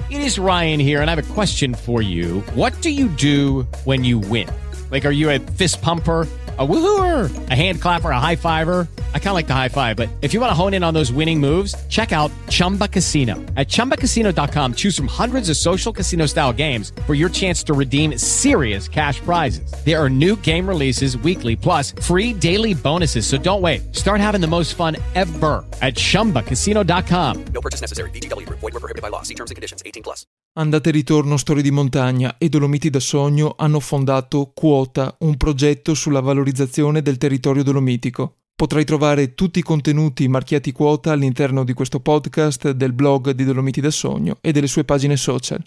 It is Ryan here, and I have a question for you. What do you do when you win? Like, are you a fist pumper, a woohooer, a hand clapper, a high fiver? I kind of like the high five, but if you want to hone in on those winning moves, check out Chumba Casino. At ChumbaCasino.com, choose from hundreds of social casino style games for your chance to redeem serious cash prizes. There are new game releases weekly, plus free daily bonuses. So don't wait. Start having the most fun ever at ChumbaCasino.com. No purchase necessary. VGW Group. Void where prohibited by law. See terms and conditions. 18+. Andate e ritorno, Storie di montagna e Dolomiti da sogno hanno fondato Quota, un progetto sulla valorizzazione del territorio dolomitico. Potrai trovare tutti i contenuti marchiati Quota all'interno di questo podcast, del blog di Dolomiti da sogno e delle sue pagine social.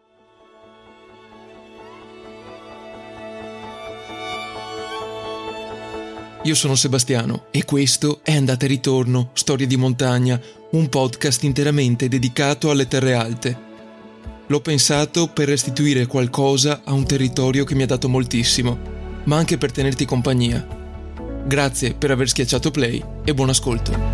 Io sono Sebastiano e questo è Andate e ritorno, Storie di montagna, un podcast interamente dedicato alle terre alte. L'ho pensato per restituire qualcosa a un territorio che mi ha dato moltissimo, ma anche per tenerti compagnia. Grazie per aver schiacciato play e buon ascolto.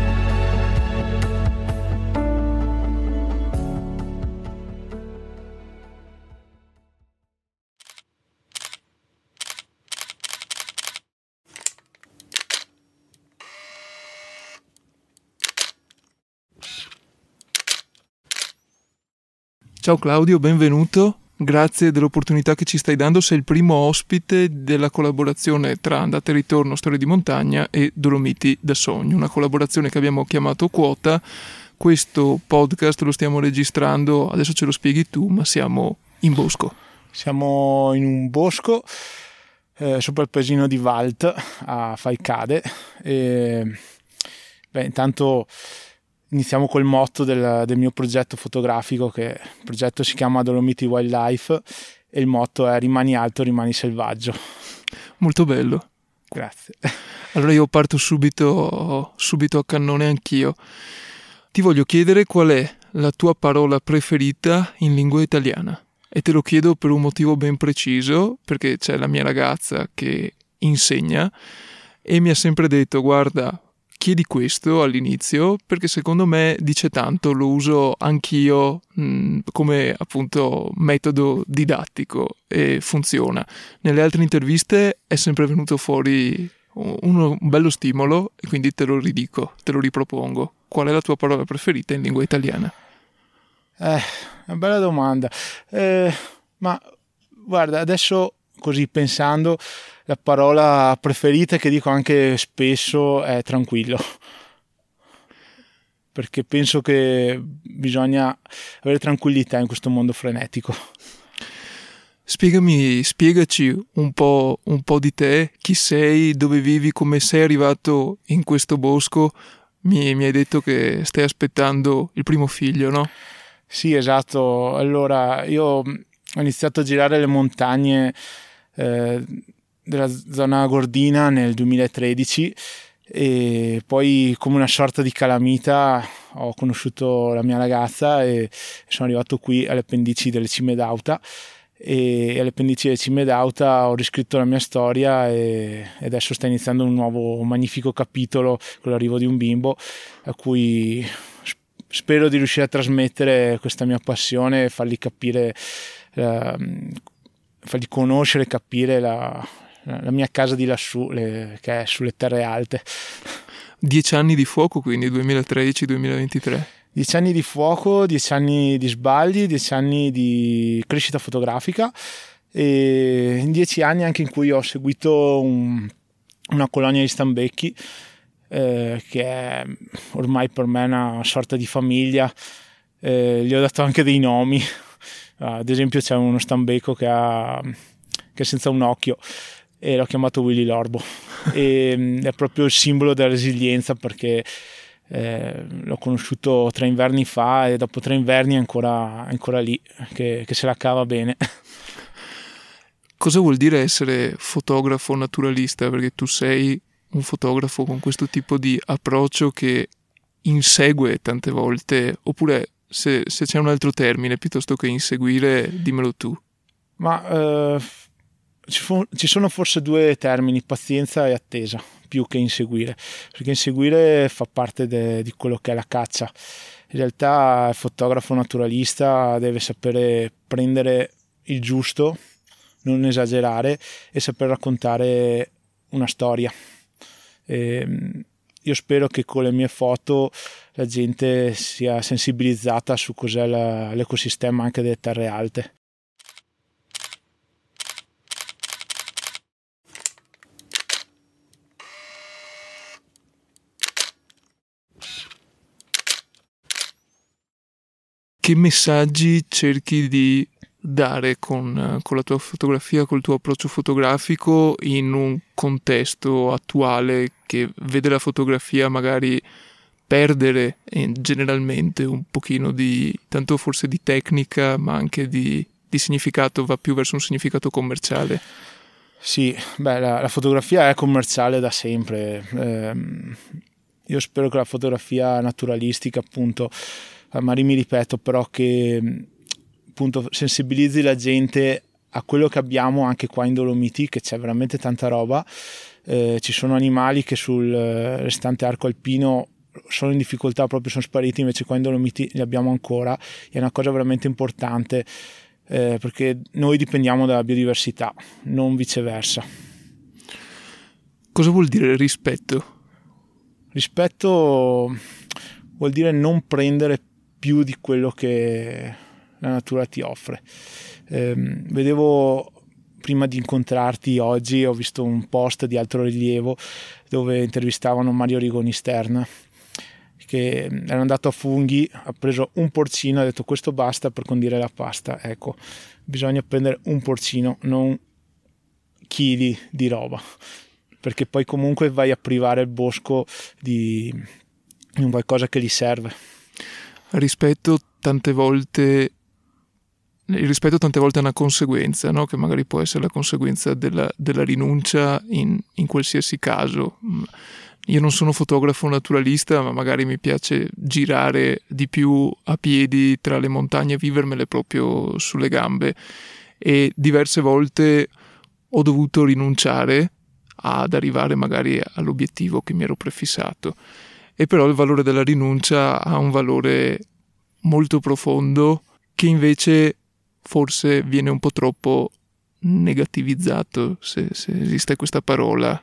Ciao Claudio, benvenuto. Grazie dell'opportunità che ci stai dando. Sei il primo ospite della collaborazione tra Andate e ritorno, Storie di montagna e Dolomiti da sogno, una collaborazione che abbiamo chiamato Quota. Questo podcast lo stiamo registrando, adesso ce lo spieghi tu, ma siamo in bosco. Siamo in un bosco sopra il paesino di Valt a Faicade e intanto iniziamo col motto del mio progetto fotografico, che il progetto si chiama Dolomiti Wildlife e il motto è rimani alto, rimani selvaggio. Molto bello. Grazie. Allora io parto subito a cannone anch'io. Ti voglio chiedere qual è la tua parola preferita in lingua italiana e te lo chiedo per un motivo ben preciso, perché c'è la mia ragazza che insegna e mi ha sempre detto guarda, chiedi questo all'inizio perché secondo me dice tanto, lo uso anch'io come appunto metodo didattico e funziona. Nelle altre interviste è sempre venuto fuori un bello stimolo e quindi te lo ridico, te lo ripropongo. Qual è la tua parola preferita in lingua italiana? Una bella domanda. Ma guarda, adesso così pensando, la parola preferita che dico anche spesso è tranquillo, perché penso che bisogna avere tranquillità in questo mondo frenetico. Spiegaci un po' di te, chi sei, dove vivi, come sei arrivato in questo bosco. Mi hai detto che stai aspettando il primo figlio, no? Sì, esatto. Allora, io ho iniziato a girare le montagne della zona Gordina nel 2013 e poi, come una sorta di calamita, ho conosciuto la mia ragazza e sono arrivato qui alle pendici delle Cime d'Auta, e alle pendici delle Cime d'Auta ho riscritto la mia storia e adesso sta iniziando un nuovo magnifico capitolo con l'arrivo di un bimbo a cui spero di riuscire a trasmettere questa mia passione e fargli capire, fargli conoscere e capire la mia casa di lassù, che è sulle terre alte. 10 anni di fuoco, quindi 2013-2023. 10 anni di fuoco, 10 anni di sbagli, 10 anni di crescita fotografica e in 10 anni anche in cui ho seguito una colonia di stambecchi che è ormai per me una sorta di famiglia. Gli ho dato anche dei nomi, ad esempio c'è uno stambecco che è senza un occhio e l'ho chiamato Willy Lorbo e è proprio il simbolo della resilienza, perché l'ho conosciuto 3 inverni fa e dopo 3 inverni è ancora lì che se la cava bene. Cosa vuol dire essere fotografo naturalista? Perché tu sei un fotografo con questo tipo di approccio che insegue tante volte, oppure se c'è un altro termine piuttosto che inseguire, dimmelo tu. Ma ci sono forse 2 termini, pazienza e attesa, più che inseguire, perché inseguire fa parte di quello che è la caccia In realtà il fotografo naturalista deve sapere prendere il giusto, non esagerare e saper raccontare una storia. Io spero che con le mie foto la gente sia sensibilizzata su cos'è l'ecosistema anche delle terre alte. Che messaggi cerchi di dare con la tua fotografia, col tuo approccio fotografico in un contesto attuale che vede la fotografia magari perdere generalmente un pochino di, tanto forse di tecnica, ma anche di significato, va più verso un significato commerciale? Sì, la fotografia è commerciale da sempre. Io spero che la fotografia naturalistica, appunto, magari mi ripeto, però che appunto sensibilizzi la gente a quello che abbiamo anche qua in Dolomiti, che c'è veramente tanta roba. Ci sono animali che sul restante arco alpino sono in difficoltà, proprio sono spariti, invece qua in Dolomiti li abbiamo ancora. È una cosa veramente importante, perché noi dipendiamo dalla biodiversità, non viceversa. Cosa vuol dire rispetto? Rispetto vuol dire non prendere più di quello che la natura ti offre. Vedevo, prima di incontrarti oggi, ho visto un post di Alto Rilievo dove intervistavano Mario Rigoni Stern, che era andato a funghi, ha preso un porcino, ha detto questo basta per condire la pasta. Ecco, bisogna prendere un porcino, non chili di roba, perché poi comunque vai a privare il bosco di un qualcosa che gli serve. Il rispetto tante volte è una conseguenza, no? Che magari può essere la conseguenza della rinuncia in qualsiasi caso. Io non sono fotografo naturalista, ma magari mi piace girare di più a piedi tra le montagne, vivermele proprio sulle gambe, e diverse volte ho dovuto rinunciare ad arrivare magari all'obiettivo che mi ero prefissato. E però il valore della rinuncia ha un valore molto profondo che invece forse viene un po' troppo negativizzato, se esiste questa parola.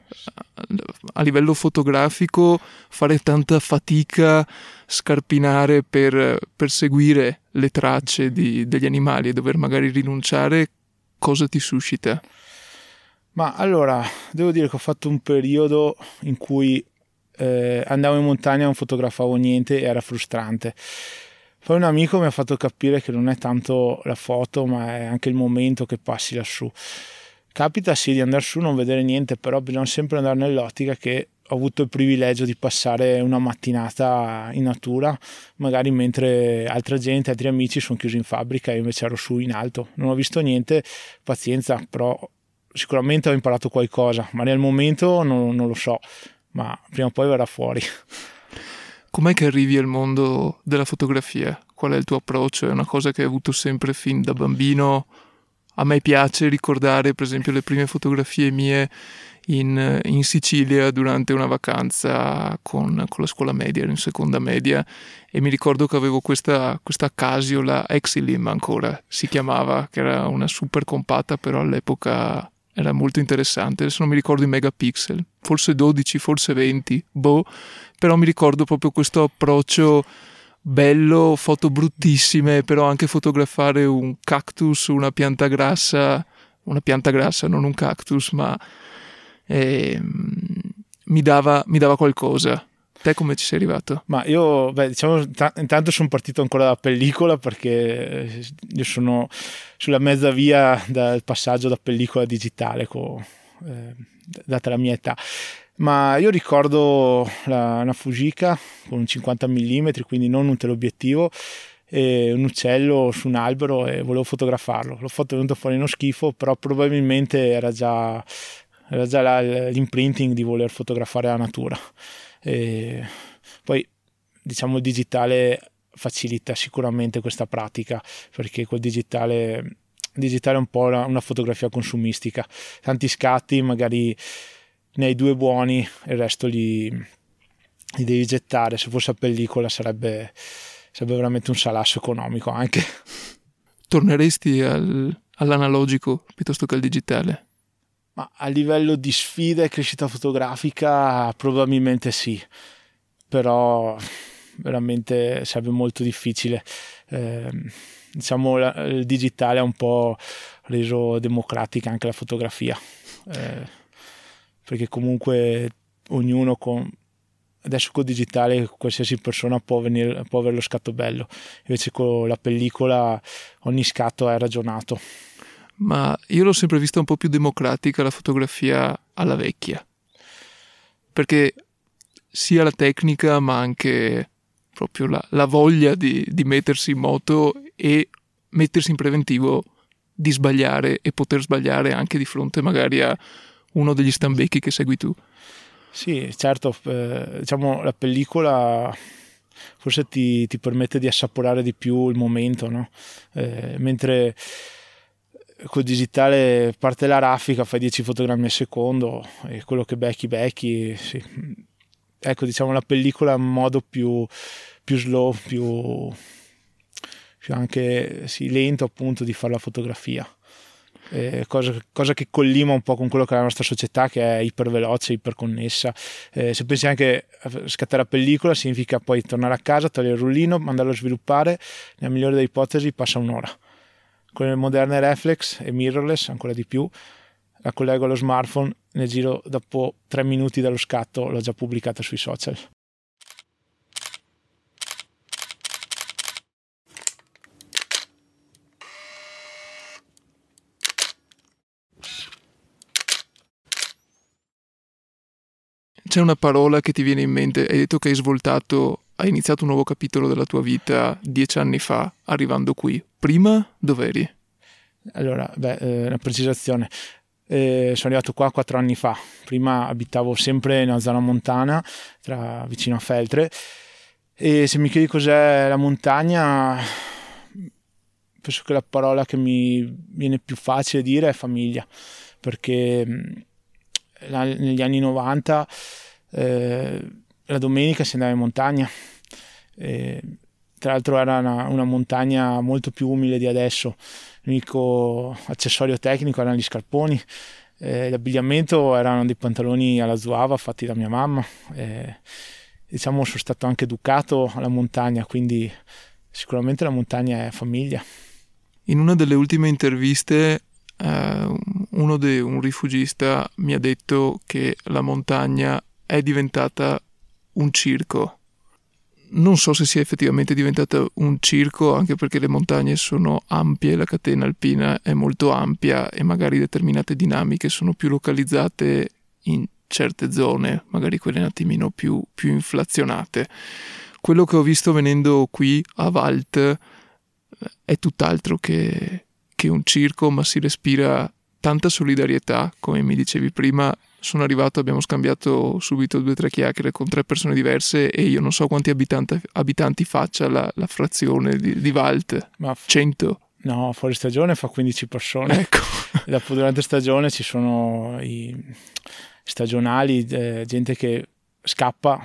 A livello fotografico fare tanta fatica, scarpinare per seguire le tracce degli animali e dover magari rinunciare, cosa ti suscita? Ma allora, devo dire che ho fatto un periodo in cui andavo in montagna, non fotografavo niente e era frustrante. Poi un amico mi ha fatto capire che non è tanto la foto, ma è anche il momento che passi lassù. Capita sì di andare su, non vedere niente, però bisogna sempre andare nell'ottica che ho avuto il privilegio di passare una mattinata in natura, magari mentre altra gente, altri amici sono chiusi in fabbrica e io invece ero su in alto. Non ho visto niente, pazienza, però sicuramente ho imparato qualcosa, ma nel momento non lo so, ma prima o poi verrà fuori. Com'è che arrivi al mondo della fotografia? Qual è il tuo approccio? È una cosa che hai avuto sempre fin da bambino? A me piace ricordare, per esempio, le prime fotografie mie in Sicilia durante una vacanza con la scuola media, ero in seconda media, e mi ricordo che avevo questa Casio, la Exilim ancora si chiamava, che era una super compatta, però all'epoca era molto interessante. Adesso non mi ricordo i megapixel, forse 12, forse 20, però mi ricordo proprio questo approccio bello, foto bruttissime, però anche fotografare un cactus, una pianta grassa, non un cactus, ma mi dava qualcosa. Te come ci sei arrivato? Ma io, diciamo, intanto sono partito ancora da pellicola, perché io sono sulla mezza via dal passaggio da pellicola a digitale, data la mia età. Ma io ricordo una Fujica con un 50 mm, quindi non un teleobiettivo, e un uccello su un albero, e volevo fotografarlo. L'ho fatto, è venuto fuori uno schifo, però probabilmente era già là l'imprinting di voler fotografare la natura. E poi diciamo il digitale facilita sicuramente questa pratica, perché col digitale è un po' una fotografia consumistica, tanti scatti, magari ne hai due buoni e il resto li devi gettare. Se fosse a pellicola sarebbe sarebbe veramente un salasso economico anche. Torneresti all'analogico piuttosto che al digitale? Ma a livello di sfida e crescita fotografica probabilmente sì, però veramente sarebbe molto difficile. Diciamo il digitale ha un po' reso democratica anche la fotografia, perché comunque ognuno adesso col digitale qualsiasi persona può avere lo scatto bello, invece con la pellicola ogni scatto è ragionato. Ma io l'ho sempre vista un po' più democratica la fotografia alla vecchia, perché sia la tecnica ma anche proprio la voglia di mettersi in moto e mettersi in preventivo di sbagliare e poter sbagliare anche di fronte magari a uno degli stambecchi che segui tu. Sì, certo, diciamo la pellicola forse ti permette di assaporare di più il momento, no? Mentre col digitale parte la raffica, fai 10 fotogrammi al secondo e quello che becchi, sì. Ecco, diciamo la pellicola è un modo più slow, più anche sì, lento appunto di fare la fotografia. Cosa che collima un po' con quello che è la nostra società, che è iperveloce, iperconnessa. Se pensi anche a scattare la pellicola significa poi tornare a casa, togliere il rullino, mandarlo a sviluppare, nella migliore delle ipotesi passa un'ora. Con le moderne reflex e mirrorless ancora di più, la collego allo smartphone, nel giro dopo 3 minuti dallo scatto l'ho già pubblicata sui social. C'è una parola che ti viene in mente? Hai detto che hai iniziato un nuovo capitolo della tua vita 10 anni fa, arrivando qui. Prima dov'eri? Allora, una precisazione. Sono arrivato qua 4 anni fa. Prima abitavo sempre nella zona montana, vicino a Feltre. E se mi chiedi cos'è la montagna, penso che la parola che mi viene più facile dire è famiglia, perché negli anni 90 la domenica si andava in montagna, tra l'altro era una montagna molto più umile di adesso, l'unico accessorio tecnico erano gli scarponi, l'abbigliamento erano dei pantaloni alla zuava fatti da mia mamma, diciamo sono stato anche educato alla montagna, quindi sicuramente la montagna è famiglia. In una delle ultime interviste un rifugista mi ha detto che la montagna è diventata un circo. Non so se sia effettivamente diventata un circo, anche perché le montagne sono ampie, la catena alpina è molto ampia e magari determinate dinamiche sono più localizzate in certe zone, magari quelle un attimino più inflazionate. Quello che ho visto venendo qui a Valt è tutt'altro che un circo, ma si respira tanta solidarietà, come mi dicevi prima. Sono arrivato, abbiamo scambiato subito 2 o 3 chiacchiere con 3 persone diverse e io non so quanti abitanti faccia la frazione di Valt. Ma 100? No, fuori stagione fa 15 persone. Ecco. Dopo durante stagione ci sono i stagionali, gente che scappa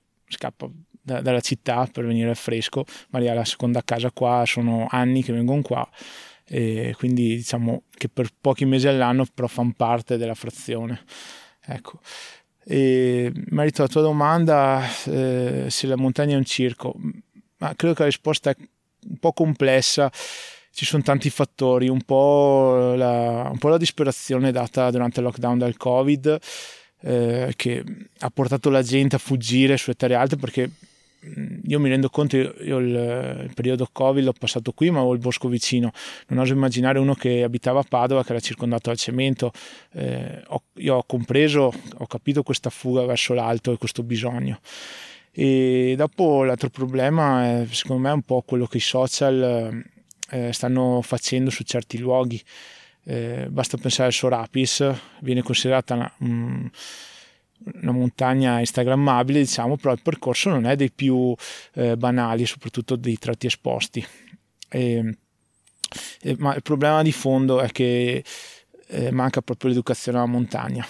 dalla città per venire al fresco, magari alla seconda casa qua, sono anni che vengono qua. E quindi diciamo che per pochi mesi all'anno però fanno parte della frazione, ecco. E merito alla tua domanda, se la montagna è un circo, ma credo che la risposta è un po' complessa, ci sono tanti fattori, un po' la disperazione data durante il lockdown dal Covid, che ha portato la gente a fuggire sulle terre alte, perché io mi rendo conto, io il periodo Covid l'ho passato qui, ma ho il bosco vicino, non oso immaginare uno che abitava a Padova che era circondato dal cemento. Io ho capito questa fuga verso l'alto e questo bisogno. E dopo l'altro problema è, secondo me, un po' quello che i social stanno facendo su certi luoghi. Basta pensare al Sorapis, viene considerata una montagna instagrammabile, diciamo, però il percorso non è dei più banali, soprattutto dei tratti esposti. Ma il problema di fondo è che manca proprio l'educazione alla montagna.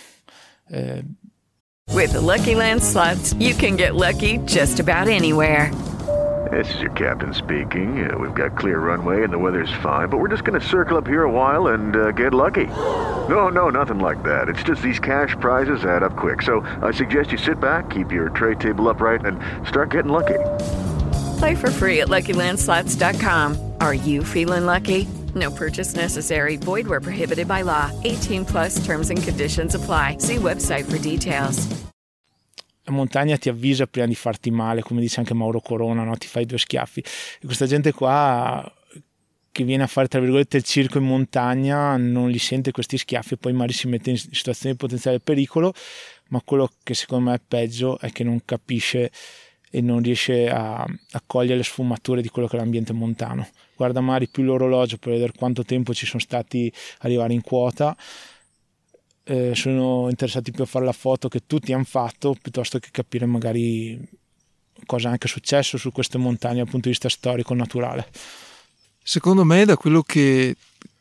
With the Lucky Land Slots, you can get lucky just about anywhere. This is your captain speaking. We've got clear runway and the weather's fine, but we're just going to circle up here a while and get lucky. No, nothing like that. It's just these cash prizes add up quick. So I suggest you sit back, keep your tray table upright, and start getting lucky. Play for free at LuckyLandSlots.com. Are you feeling lucky? No purchase necessary. Void where prohibited by law. 18 plus terms and conditions apply. See website for details. La montagna ti avvisa prima di farti male, come dice anche Mauro Corona, no? Ti fai 2 schiaffi. E questa gente qua che viene a fare, tra virgolette, il circo in montagna non li sente questi schiaffi e poi magari si mette in situazioni di potenziale pericolo, ma quello che secondo me è peggio è che non capisce e non riesce a cogliere le sfumature di quello che è l'ambiente montano. Guarda magari più l'orologio per vedere quanto tempo ci sono stati arrivare in quota, sono interessati più a fare la foto che tutti hanno fatto piuttosto che capire magari cosa è anche successo su queste montagne dal punto di vista storico naturale. Secondo me, da quello che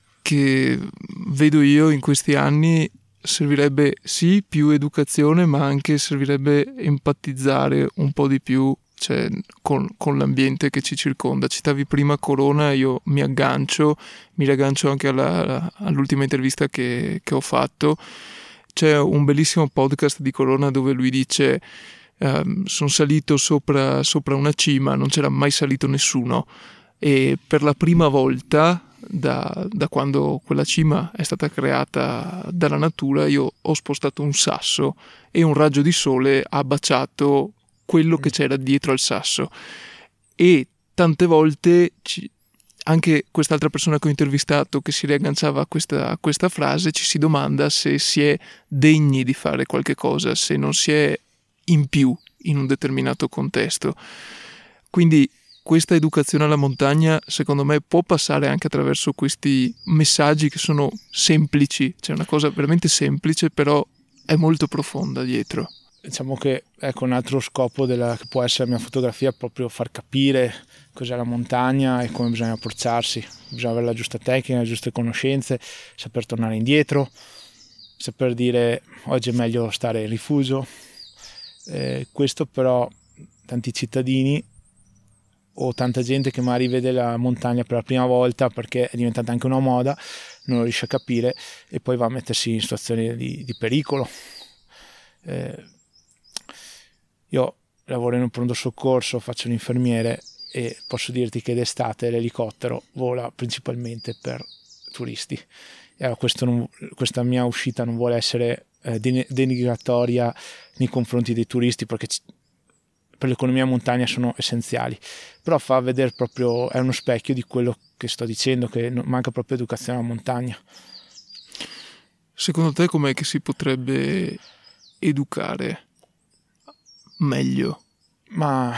vedo io in questi anni, servirebbe sì più educazione, ma anche servirebbe empatizzare un po' di più, cioè, con l'ambiente che ci circonda. Citavi prima Corona, io mi riaggancio anche all'ultima intervista che ho fatto. C'è un bellissimo podcast di Corona dove lui dice sono salito sopra una cima, non c'era mai salito nessuno, e per la prima volta da quando quella cima è stata creata dalla natura io ho spostato un sasso e un raggio di sole ha baciato quello che c'era dietro al sasso. E tante volte anche quest'altra persona che ho intervistato, che si riagganciava a questa frase, ci si domanda se si è degni di fare qualche cosa, se non si è in più in un determinato contesto. Quindi questa educazione alla montagna, secondo me, può passare anche attraverso questi messaggi che sono semplici, cioè una cosa veramente semplice, però è molto profonda dietro. Diciamo che ecco un altro scopo che può essere la mia fotografia è proprio far capire cos'è la montagna e come bisogna approcciarsi. Bisogna avere la giusta tecnica, le giuste conoscenze, saper tornare indietro, saper dire oggi è meglio stare in rifugio. Questo però tanti cittadini o tanta gente che magari vede la montagna per la prima volta perché è diventata anche una moda non lo riesce a capire e poi va a mettersi in situazioni di pericolo. Io lavoro in un pronto soccorso, faccio l'infermiere e posso dirti che d'estate l'elicottero vola principalmente per turisti. E allora questa mia uscita non vuole essere denigratoria nei confronti dei turisti perché per l'economia montagna sono essenziali, però fa vedere proprio, è uno specchio di quello che sto dicendo, che manca proprio educazione alla montagna. Secondo te com'è che si potrebbe educare meglio? Ma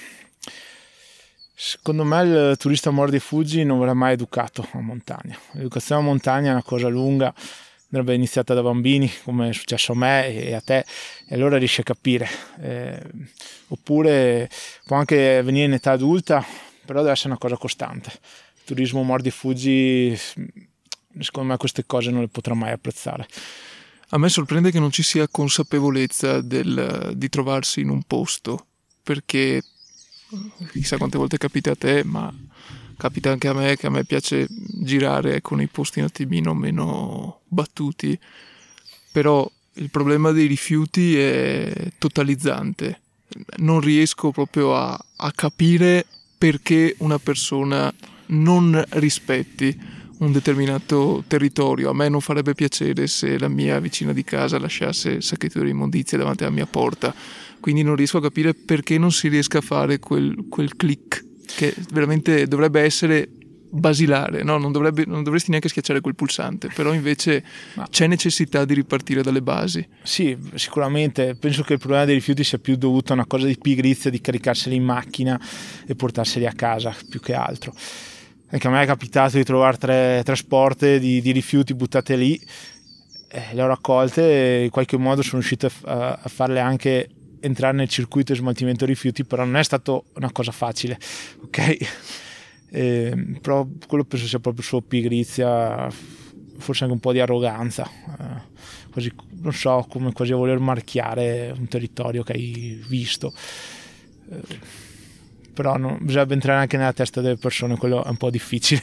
secondo me il turista mordi e fuggi non verrà mai educato a montagna. L'educazione a montagna è una cosa lunga, andrebbe iniziata da bambini come è successo a me e a te, e allora riesci a capire. Oppure può anche venire in età adulta, però deve essere una cosa costante. Il turismo mordi e fuggi, secondo me queste cose non le potrà mai apprezzare. A me sorprende che non ci sia consapevolezza di trovarsi in un posto, perché chissà quante volte capita a te, ma capita anche a me, che a me piace girare con i posti un attimino meno battuti, però il problema dei rifiuti è totalizzante. Non riesco proprio a capire perché una persona non rispetti un determinato territorio. A me non farebbe piacere se la mia vicina di casa lasciasse sacchetti di immondizia davanti alla mia porta, quindi non riesco a capire perché non si riesca a fare quel click che veramente dovrebbe essere basilare, no? Non dovresti neanche schiacciare quel pulsante, però invece c'è necessità di ripartire dalle basi. Sì, sicuramente. Penso che il problema dei rifiuti sia più dovuto a una cosa di pigrizia, di caricarseli in macchina e portarseli a casa più che altro. Anche a me è capitato di trovare tre trasporte di rifiuti buttate lì, le ho raccolte e in qualche modo sono riuscito a farle anche entrare nel circuito di smaltimento rifiuti, però non è stato una cosa facile, ok? Però quello penso sia proprio solo pigrizia, forse anche un po' di arroganza, quasi, non so, come quasi a voler marchiare un territorio che hai visto. però bisogna entrare anche nella testa delle persone, quello è un po' difficile.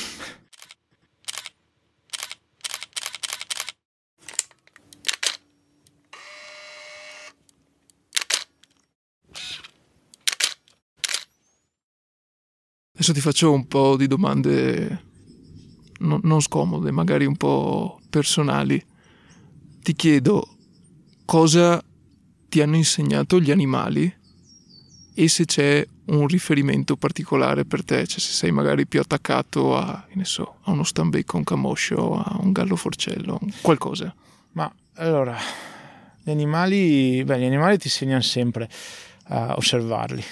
Adesso ti faccio un po' di domande non scomode, magari un po' personali. Ti chiedo cosa ti hanno insegnato gli animali e se c'è un riferimento particolare per te, cioè se sei magari più attaccato a uno stambecco, a un camoscio, a un gallo forcello, qualcosa. Ma allora, gli animali ti insegnano sempre a osservarli.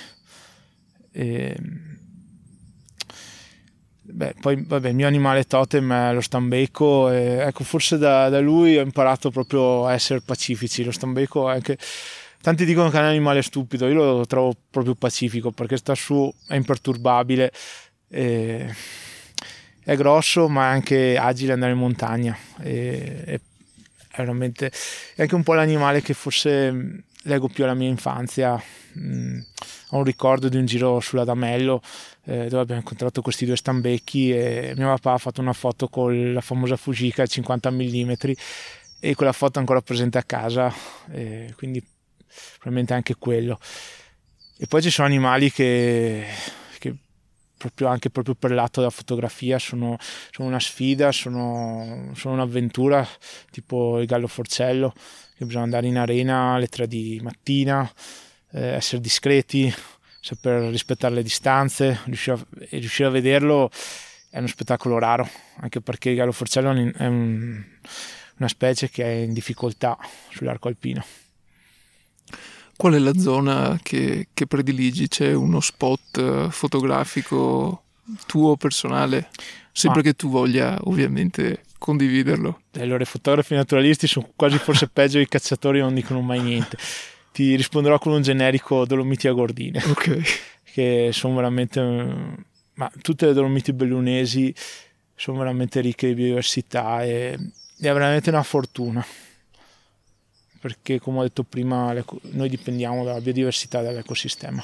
Poi il mio animale totem è lo stambecco, e ecco, forse da lui ho imparato proprio a essere pacifici. Lo stambecco anche, tanti dicono che è un animale stupido, io lo trovo proprio pacifico perché sta su, è imperturbabile, è grosso ma è anche agile, andare in montagna, è veramente, è anche un po' l'animale che forse leggo più alla mia infanzia. Ho un ricordo di un giro sull'Adamello dove abbiamo incontrato questi due stambecchi e mio papà ha fatto una foto con la famosa Fujica 50 mm e quella foto è ancora presente a casa, quindi probabilmente anche quello. E poi ci sono animali che proprio per l'atto della fotografia sono una sfida, sono un'avventura, tipo il gallo forcello, che bisogna andare in arena alle 3 di mattina, essere discreti, saper rispettare le distanze, riuscire a vederlo è uno spettacolo raro, anche perché il gallo forcello è una specie che è in difficoltà sull'arco alpino. Qual è la zona che prediligi? C'è uno spot fotografico tuo personale? Sempre che tu voglia ovviamente condividerlo. Allora, i fotografi naturalisti sono quasi forse peggio dei cacciatori, non dicono mai niente. Ti risponderò con un generico Dolomiti Agordine, che sono veramente, ma tutte le Dolomiti bellunesi sono veramente ricche di biodiversità e è veramente una fortuna, perché come ho detto prima noi dipendiamo dalla biodiversità dell'ecosistema.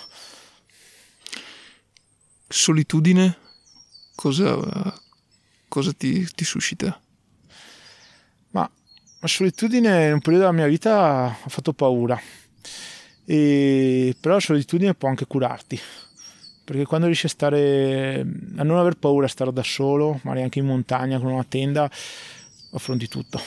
Solitudine cosa ti suscita? Ma la solitudine in un periodo della mia vita ha fatto paura, però la solitudine può anche curarti, perché quando riesci a non aver paura, a stare da solo, magari anche in montagna con una tenda, affronti tutto.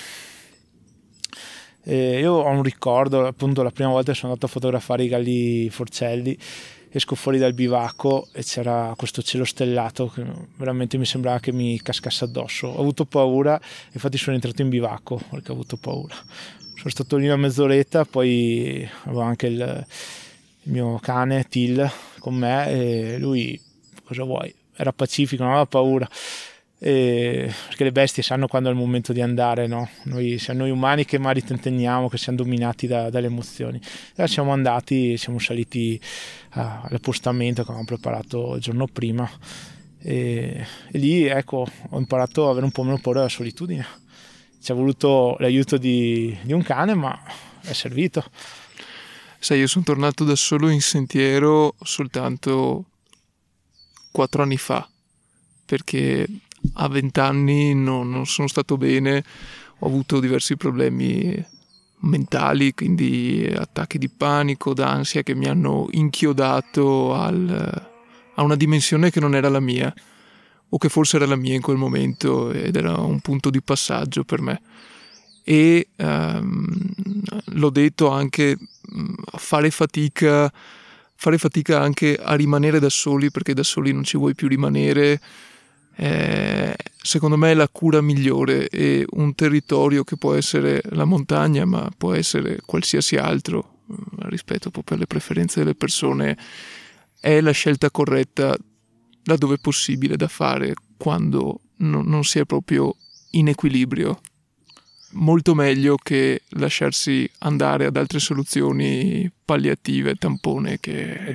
Io ho un ricordo, appunto, la prima volta che sono andato a fotografare i galli forcelli, esco fuori dal bivacco e c'era questo cielo stellato che veramente mi sembrava che mi cascasse addosso. Ho avuto paura, infatti sono entrato in bivacco perché ho avuto paura. Sono stato lì una mezz'oretta, poi avevo anche il mio cane Till con me e lui, cosa vuoi, era pacifico, non aveva paura. Perché le bestie sanno quando è il momento di andare, no? Siamo noi umani che magari tenteniamo, che siamo dominati dalle emozioni. Allora siamo andati, siamo saliti all'appostamento che avevamo preparato il giorno prima e lì, ecco, ho imparato ad avere un po' meno paura della solitudine. Ci è voluto l'aiuto di un cane, ma è servito. Sai, io sono tornato da solo in sentiero soltanto 4 anni fa, perché a 20 anni non sono stato bene, ho avuto diversi problemi mentali, quindi attacchi di panico, d'ansia che mi hanno inchiodato a una dimensione che non era la mia, o che forse era la mia in quel momento ed era un punto di passaggio per me. E l'ho detto anche, fare fatica anche a rimanere da soli, perché da soli non ci vuoi più rimanere. Secondo me è la cura migliore, e un territorio che può essere la montagna ma può essere qualsiasi altro, rispetto proprio alle preferenze delle persone, è la scelta corretta laddove è possibile da fare quando non si è proprio in equilibrio. Molto meglio che lasciarsi andare ad altre soluzioni palliative, tampone, che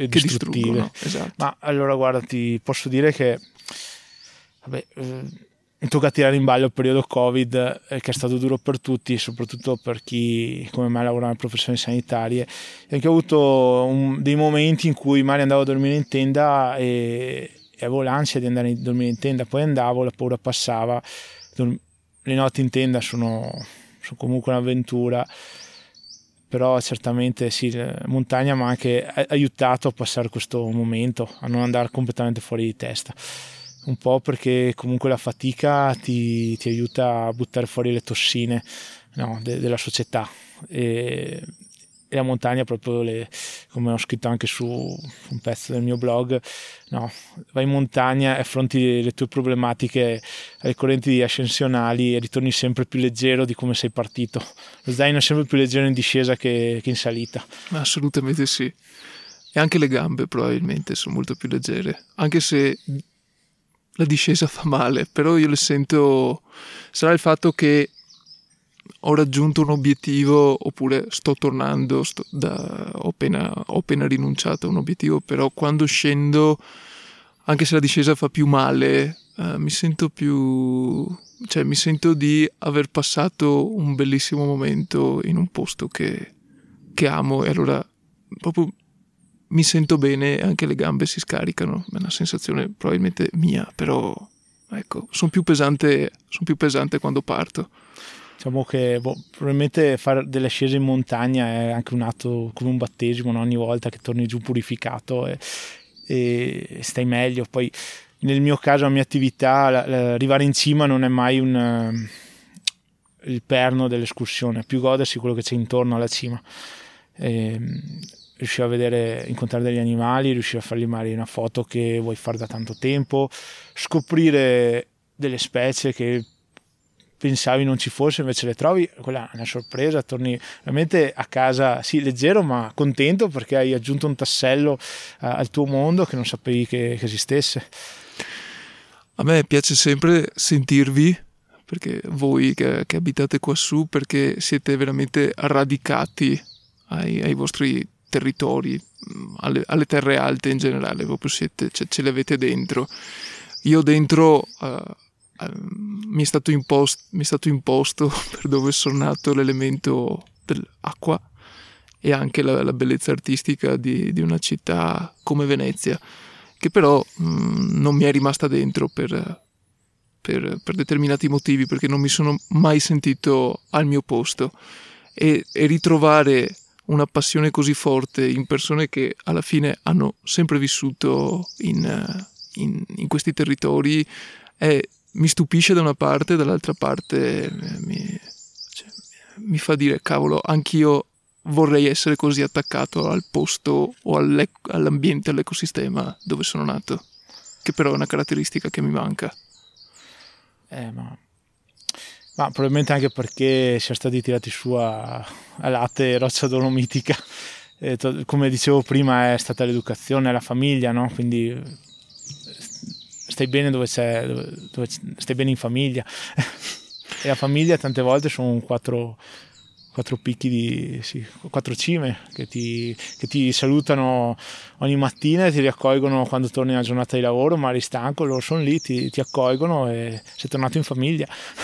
distruggono. Esatto. Ma allora guarda, ti posso dire che tocca tirare in ballo il periodo Covid, che è stato duro per tutti, soprattutto per chi come me lavora nelle professioni sanitarie, e anche ho avuto dei momenti in cui magari andavo a dormire in tenda e avevo l'ansia di andare a dormire in tenda, poi andavo, la paura passava. Le notti in tenda sono comunque un'avventura, però certamente sì, la montagna mi ha anche aiutato a passare questo momento, a non andare completamente fuori di testa. Un po' perché comunque la fatica ti aiuta a buttare fuori le tossine, no, della società, e la montagna proprio, come ho scritto anche su un pezzo del mio blog, no, vai in montagna e affronti le tue problematiche alle correnti ascensionali e ritorni sempre più leggero di come sei partito. Lo zaino è sempre più leggero in discesa che in salita. Assolutamente sì, e anche le gambe probabilmente sono molto più leggere, anche se la discesa fa male, però io le sento. Sarà il fatto che ho raggiunto un obiettivo, oppure sto tornando, ho appena rinunciato a un obiettivo, però quando scendo, anche se la discesa fa più male, mi sento di aver passato un bellissimo momento in un posto che amo, e allora proprio mi sento bene e anche le gambe si scaricano. È una sensazione probabilmente mia, però ecco, sono più pesante quando parto. Diciamo che probabilmente fare delle scese in montagna è anche un atto come un battesimo, no? Ogni volta che torni giù purificato e stai meglio. Poi nel mio caso, la mia attività, arrivare in cima non è mai il perno dell'escursione, è più godersi quello che c'è intorno alla cima. Riuscire a incontrare degli animali, riuscire a fargli magari una foto che vuoi fare da tanto tempo, scoprire delle specie che pensavi non ci fosse, invece le trovi, quella è una sorpresa, torni veramente a casa, sì, leggero ma contento perché hai aggiunto un tassello al tuo mondo che non sapevi che esistesse. A me piace sempre sentirvi, perché voi che abitate quassù, perché siete veramente radicati ai vostri territori, alle terre alte in generale, proprio ce le avete dentro. Io dentro mi è stato imposto per dove sono nato l'elemento dell'acqua e anche la bellezza artistica di una città come Venezia, che però non mi è rimasta dentro per determinati motivi, perché non mi sono mai sentito al mio posto, e ritrovare una passione così forte in persone che alla fine hanno sempre vissuto in questi territori mi stupisce da una parte, dall'altra parte mi fa dire cavolo, anch'io vorrei essere così attaccato al posto o all'ambiente, all'ecosistema dove sono nato, che però è una caratteristica che mi manca. Ma probabilmente anche perché siamo stati tirati su a latte roccia dolomitica. Come dicevo prima, è stata l'educazione, la famiglia, no? Quindi stai bene dove stai bene in famiglia. E la famiglia tante volte sono quattro picchi quattro cime che ti salutano ogni mattina e ti riaccolgono quando torni alla giornata di lavoro, ma eri stanco, loro sono lì, ti accolgono e sei tornato in famiglia.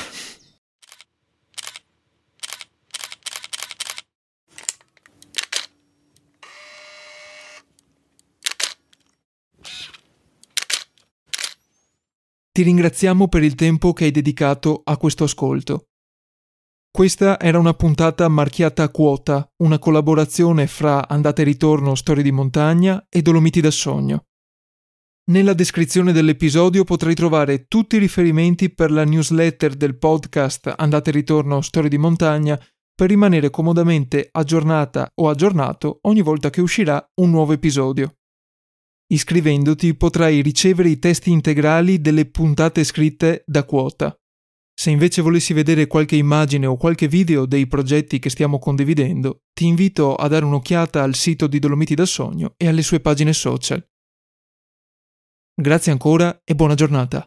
Ti ringraziamo per il tempo che hai dedicato a questo ascolto. Questa era una puntata marchiata a quota, una collaborazione fra Andata e Ritorno Storie di Montagna e Dolomiti da Sogno. Nella descrizione dell'episodio potrai trovare tutti i riferimenti per la newsletter del podcast Andata e Ritorno Storie di Montagna per rimanere comodamente aggiornata o aggiornato ogni volta che uscirà un nuovo episodio. Iscrivendoti potrai ricevere i testi integrali delle puntate scritte da quota. Se invece volessi vedere qualche immagine o qualche video dei progetti che stiamo condividendo, ti invito a dare un'occhiata al sito di Dolomiti da Sogno e alle sue pagine social. Grazie ancora e buona giornata.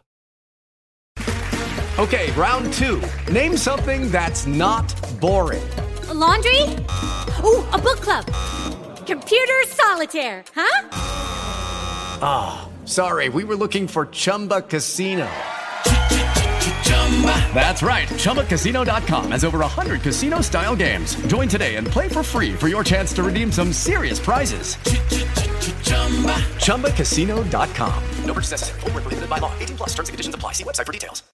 Okay, round 2. Name something that's not boring. A laundry? Ooh, a book club. Computer solitaire, huh? Ah, sorry, we were looking for Chumba Casino. That's right. ChumbaCasino.com has over 100 casino-style games. Join today and play for free for your chance to redeem some serious prizes. ChumbaCasino.com. No purchase necessary. Void where prohibited by law. 18 plus terms and conditions apply. See website for details.